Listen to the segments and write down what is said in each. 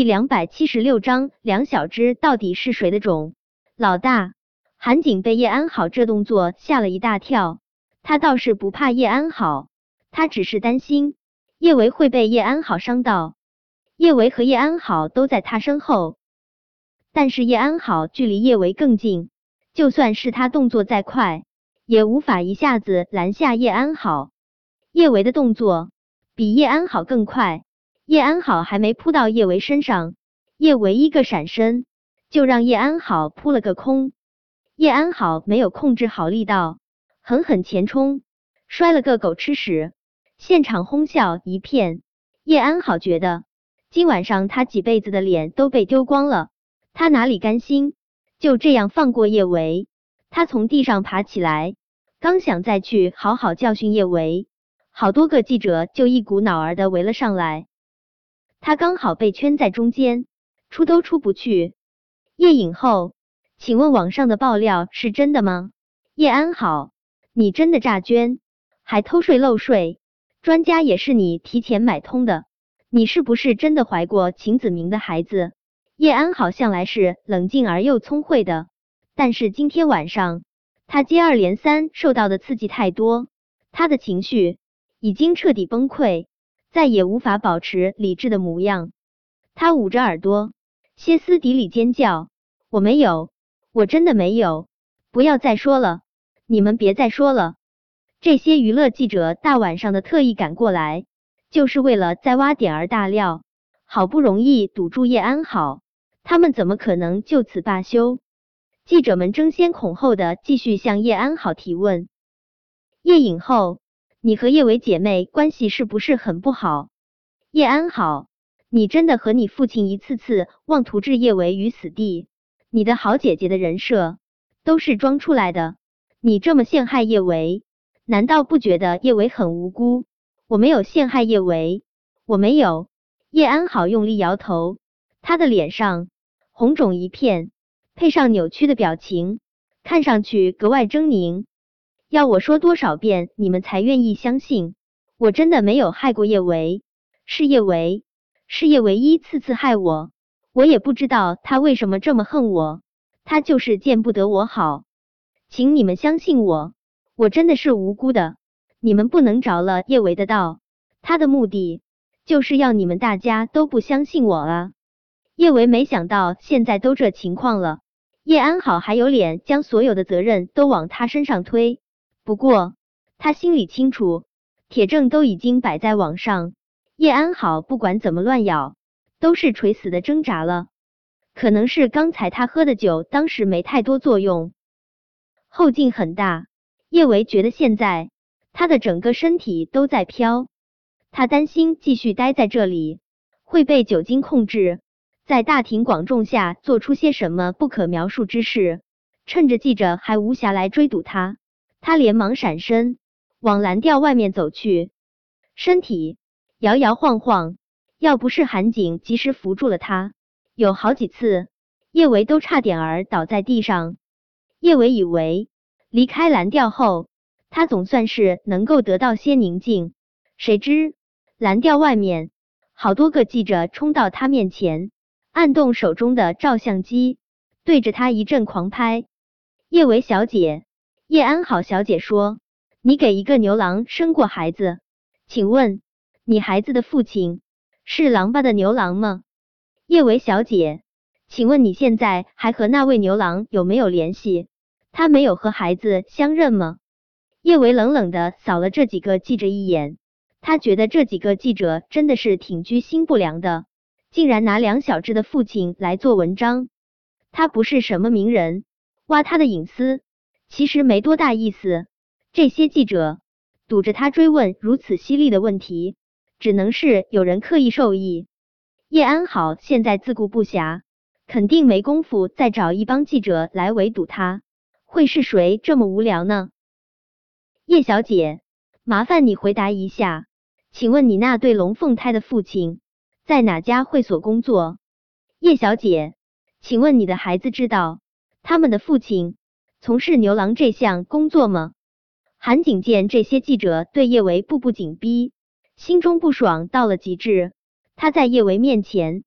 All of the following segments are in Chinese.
第276章梁小芝到底是谁的种？老大，韩景被叶安好这动作吓了一大跳，他倒是不怕叶安好，他只是担心叶维会被叶安好伤到。叶维和叶安好都在他身后，但是叶安好距离叶维更近，就算是他动作再快，也无法一下子拦下叶安好。叶维的动作比叶安好更快，叶安好还没扑到叶维身上，叶维一个闪身就让叶安好扑了个空。叶安好没有控制好力道，狠狠前冲，摔了个狗吃屎，现场哄笑一片。叶安好觉得今晚上他几辈子的脸都被丢光了，他哪里甘心就这样放过叶维。他从地上爬起来，刚想再去好好教训叶维，好多个记者就一股脑儿的围了上来，他刚好被圈在中间，出都出不去。叶影后，请问网上的爆料是真的吗？叶安好，你真的诈捐，还偷税漏税，专家也是你提前买通的，你是不是真的怀过秦子明的孩子？叶安好向来是冷静而又聪慧的，但是今天晚上他接二连三受到的刺激太多，他的情绪已经彻底崩溃，再也无法保持理智的模样。他捂着耳朵，歇斯底里尖叫：我没有，我真的没有，不要再说了，你们别再说了。这些娱乐记者大晚上的特意赶过来，就是为了再挖点儿大料，好不容易堵住叶安好，他们怎么可能就此罢休？记者们争先恐后的继续向叶安好提问。叶影后，你和叶维姐妹关系是不是很不好？叶安好，你真的和你父亲一次次妄图置叶维于死地，你的好姐姐的人设都是装出来的，你这么陷害叶维，难道不觉得叶维很无辜？我没有陷害叶维，我没有。叶安好用力摇头，他的脸上红肿一片，配上扭曲的表情，看上去格外狰狞。要我说多少遍你们才愿意相信，我真的没有害过叶维，是叶维一次次害我，我也不知道他为什么这么恨我，他就是见不得我好。请你们相信我，我真的是无辜的，你们不能着了叶维的道，他的目的就是要你们大家都不相信我啊。叶维没想到现在都这情况了，叶安好还有脸将所有的责任都往他身上推。不过他心里清楚，铁证都已经摆在网上，叶安好不管怎么乱咬，都是垂死的挣扎了。可能是刚才他喝的酒当时没太多作用，后劲很大，叶维觉得现在他的整个身体都在飘，他担心继续待在这里会被酒精控制，在大庭广众下做出些什么不可描述之事。趁着记者还无暇来追堵他，他连忙闪身往蓝调外面走去，身体摇摇晃晃，要不是韩景及时扶住了他，有好几次叶维都差点儿倒在地上。叶维以为离开蓝调后，他总算是能够得到些宁静，谁知蓝调外面好多个记者冲到他面前，按动手中的照相机，对着他一阵狂拍。叶维小姐，叶安好小姐说，你给一个牛郎生过孩子，请问你孩子的父亲是郎八的牛郎吗？叶维小姐，请问你现在还和那位牛郎有没有联系？他没有和孩子相认吗？叶维冷冷的扫了这几个记者一眼，他觉得这几个记者真的是挺居心不良的，竟然拿梁小芝的父亲来做文章。他不是什么名人，挖他的隐私其实没多大意思。这些记者堵着他追问如此犀利的问题，只能是有人刻意授意。叶安好现在自顾不暇，肯定没工夫再找一帮记者来围堵他，会是谁这么无聊呢？叶小姐，麻烦你回答一下，请问你那对龙凤胎的父亲在哪家会所工作？叶小姐，请问你的孩子知道他们的父亲从事牛郎这项工作吗？韩景见这些记者对叶维步步紧逼，心中不爽到了极致，他在叶维面前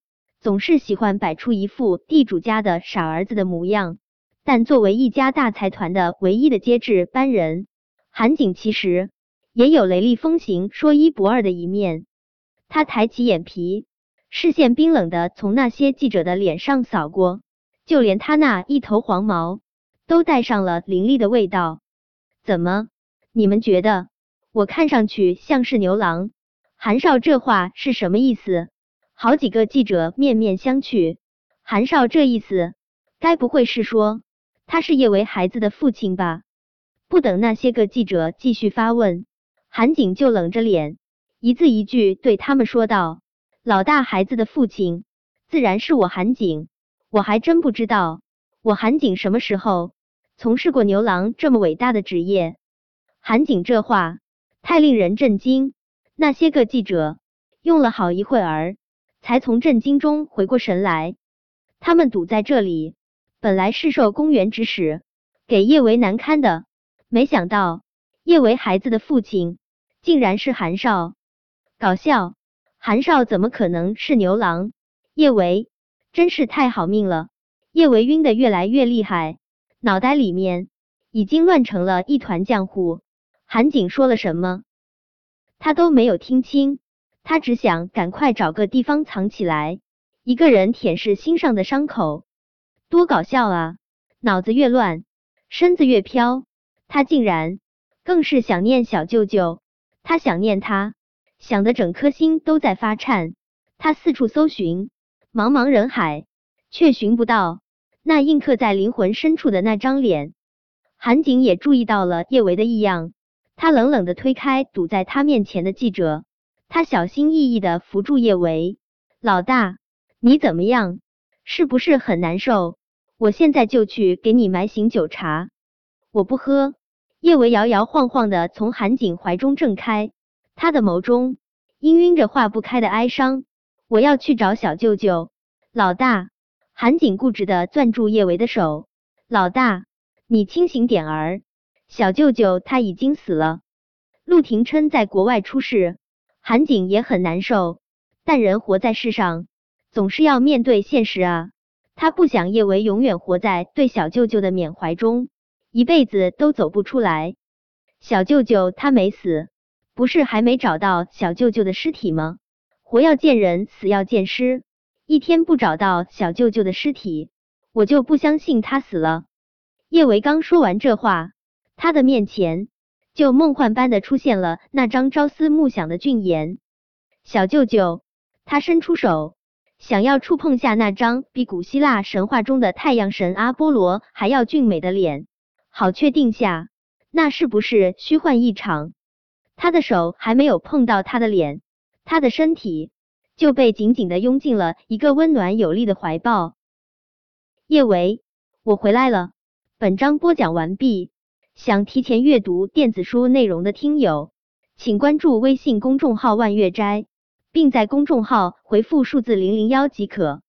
总是喜欢摆出一副地主家的傻儿子的模样。但作为一家大财团的唯一的接治班人，韩景其实也有雷厉风行、说一不二的一面。他抬起眼皮，视线冰冷的从那些记者的脸上扫过，就连他那一头黄毛都带上了凌厉的味道。怎么，你们觉得我看上去像是牛郎？韩少这话是什么意思？好几个记者面面相觑。韩少这意思，该不会是说他是叶维孩子的父亲吧？不等那些个记者继续发问，韩景就冷着脸，一字一句对他们说道：老大孩子的父亲，自然是我韩景。我还真不知道，我韩景什么时候从事过牛郎这么伟大的职业。韩景这话太令人震惊，那些个记者用了好一会儿，才从震惊中回过神来。他们堵在这里，本来是受公园指使，给叶维难堪的，没想到叶维孩子的父亲竟然是韩少。搞笑，韩少怎么可能是牛郎？叶维真是太好命了。叶维晕得越来越厉害，脑袋里面已经乱成了一团浆糊。韩景说了什么，他都没有听清，他只想赶快找个地方藏起来，一个人舔舐心上的伤口。多搞笑啊！脑子越乱，身子越飘，他竟然更是想念小舅舅。他想念他，想得整颗心都在发颤。他四处搜寻，茫茫人海，却寻不到那印刻在灵魂深处的那张脸。韩景也注意到了叶维的异样，他冷冷地推开堵在他面前的记者，他小心翼翼地扶住叶维：老大，你怎么样？是不是很难受？我现在就去给你买醒酒茶。我不喝。叶维摇摇晃晃地从韩景怀中挣开，他的眸中氤氲着化不开的哀伤。我要去找小舅舅。老大。韩景固执地攥住叶维的手：老大，你清醒点儿，小舅舅他已经死了。陆廷琛在国外出事，韩景也很难受，但人活在世上，总是要面对现实啊。他不想叶维永远活在对小舅舅的缅怀中，一辈子都走不出来。小舅舅他没死，不是还没找到小舅舅的尸体吗？活要见人，死要见尸，一天不找到小舅舅的尸体，我就不相信他死了。叶维刚说完这话，他的面前就梦幻般的出现了那张朝思暮想的俊颜。小舅舅，他伸出手，想要触碰下那张比古希腊神话中的太阳神阿波罗还要俊美的脸，好确定下那是不是虚幻一场。他的手还没有碰到他的脸，他的身体就被紧紧的拥进了一个温暖有力的怀抱。叶维，我回来了。本章播讲完毕。想提前阅读电子书内容的听友，请关注微信公众号万月斋，并在公众号回复数字001即可。